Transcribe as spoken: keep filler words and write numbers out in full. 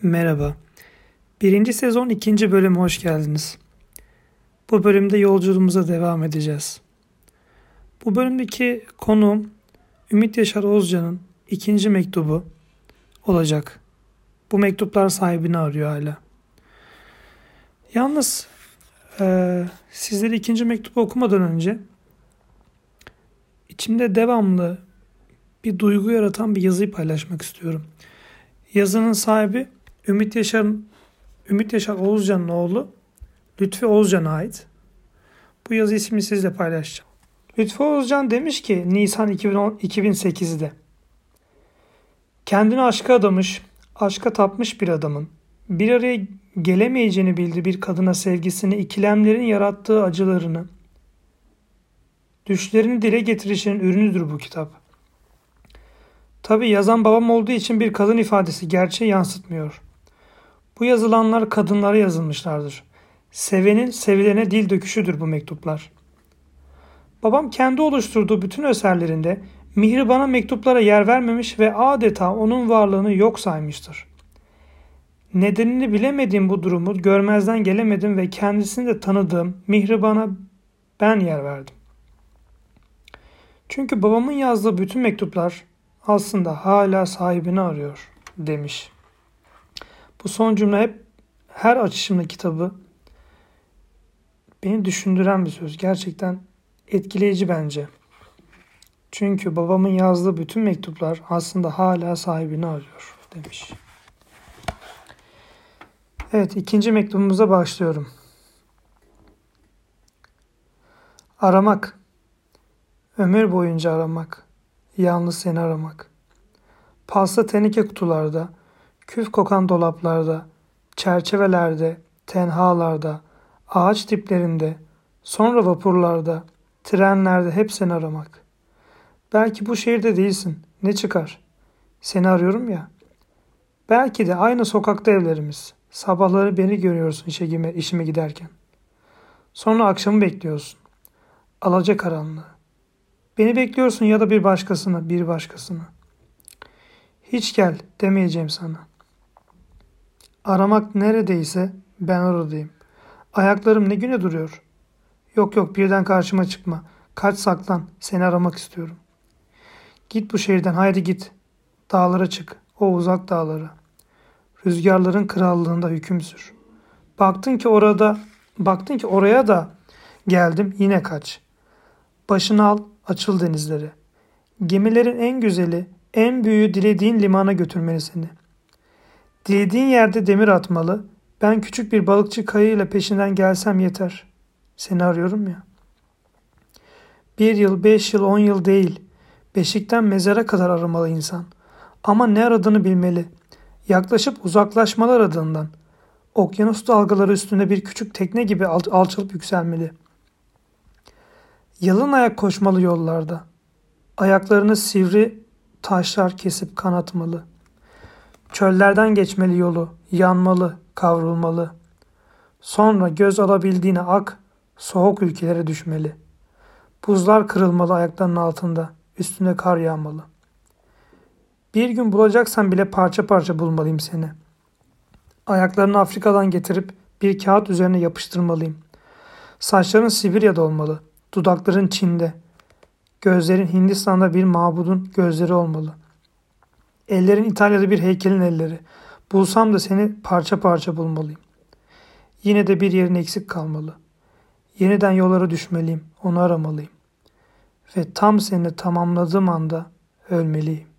Merhaba. Birinci sezon ikinci bölüme hoş geldiniz. Bu bölümde yolculuğumuza devam edeceğiz. Bu bölümdeki konuğum Ümit Yaşar Oğuzcan'ın ikinci mektubu olacak. Bu mektuplar sahibini arıyor hala. Yalnız e, sizlere ikinci mektubu okumadan önce içimde devamlı bir duygu yaratan bir yazıyı paylaşmak istiyorum. Yazının sahibi Ümit Yaşar'ın Ümit Yaşar Oğuzcan'ın oğlu Lütfi Oğuzcan'a ait. Bu yazı ismini sizle paylaşacağım. Lütfi Oğuzcan demiş ki Nisan iki bin sekizde kendini aşka adamış, aşka tapmış bir adamın bir araya gelemeyeceğini bildiği bir kadına sevgisini, ikilemlerin yarattığı acılarını, düşlerini dile getirişinin ürünüdür bu kitap. Tabi yazan babam olduğu için bir kadın ifadesi gerçeği yansıtmıyor. Bu yazılanlar kadınlara yazılmışlardır. Sevenin sevilene dil döküşüdür bu mektuplar. Babam kendi oluşturduğu bütün eserlerinde Mihriban'a mektuplara yer vermemiş ve adeta onun varlığını yok saymıştır. Nedenini bilemediğim bu durumu görmezden gelemedim ve kendisini de tanıdığım Mihriban'a ben yer verdim. Çünkü babamın yazdığı bütün mektuplar aslında hala sahibini arıyor demiş. Bu son cümle hep her açışımda kitabı beni düşündüren bir söz. Gerçekten etkileyici bence. Çünkü babamın yazdığı bütün mektuplar aslında hala sahibini arıyor demiş. Evet, ikinci mektubumuza başlıyorum. Aramak. Ömür boyunca aramak. Yalnız seni aramak. Paslı teneke kutularda, küf kokan dolaplarda, çerçevelerde, tenhalarda, ağaç diplerinde, sonra vapurlarda, trenlerde hep seni aramak. Belki bu şehirde değilsin. Ne çıkar? Seni arıyorum ya. Belki de aynı sokakta evlerimiz. Sabahları beni görüyorsun işe gime, işime giderken. Sonra akşamı bekliyorsun. Alacakaranlığı. Beni bekliyorsun ya da bir başkasını, bir başkasını. Hiç gel demeyeceğim sana. Aramak neredeyse ben oradayım. Ayaklarım ne güne duruyor. Yok yok birden karşıma çıkma. Kaç saklan, seni aramak istiyorum. Git bu şehirden, haydi git. Dağlara çık, o uzak dağlara. Rüzgarların krallığında hüküm sür. Baktın ki orada, baktın ki oraya da geldim, yine kaç. Başını al, açıl denizlere. Gemilerin en güzeli, en büyüğü dilediğin limana götürmeli seni. Dilediğin yerde demir atmalı, ben küçük bir balıkçı kayığıyla peşinden gelsem yeter. Seni arıyorum ya. Bir yıl, beş yıl, on yıl değil. Beşikten mezara kadar aramalı insan. Ama ne aradığını bilmeli. Yaklaşıp uzaklaşmalı aradığından. Okyanus dalgaları üstünde bir küçük tekne gibi al- alçalıp yükselmeli. Yalın ayak koşmalı yollarda. Ayaklarını sivri taşlar kesip kanatmalı. Çöllerden geçmeli yolu, yanmalı, kavrulmalı. Sonra göz alabildiğine ak, soğuk ülkelere düşmeli. Buzlar kırılmalı ayaklarının altında, üstüne kar yağmalı. Bir gün bulacaksan bile parça parça bulmalıyım seni. Ayaklarını Afrika'dan getirip bir kağıt üzerine yapıştırmalıyım. Saçların Sibirya'da olmalı, dudakların Çin'de. Gözlerin Hindistan'da bir mabudun gözleri olmalı. Ellerin İtalya'da bir heykelin elleri. Bulsam da seni parça parça bulmalıyım. Yine de bir yerin eksik kalmalı. Yeniden yollara düşmeliyim, onu aramalıyım. Ve tam seni tamamladığım anda ölmeliyim.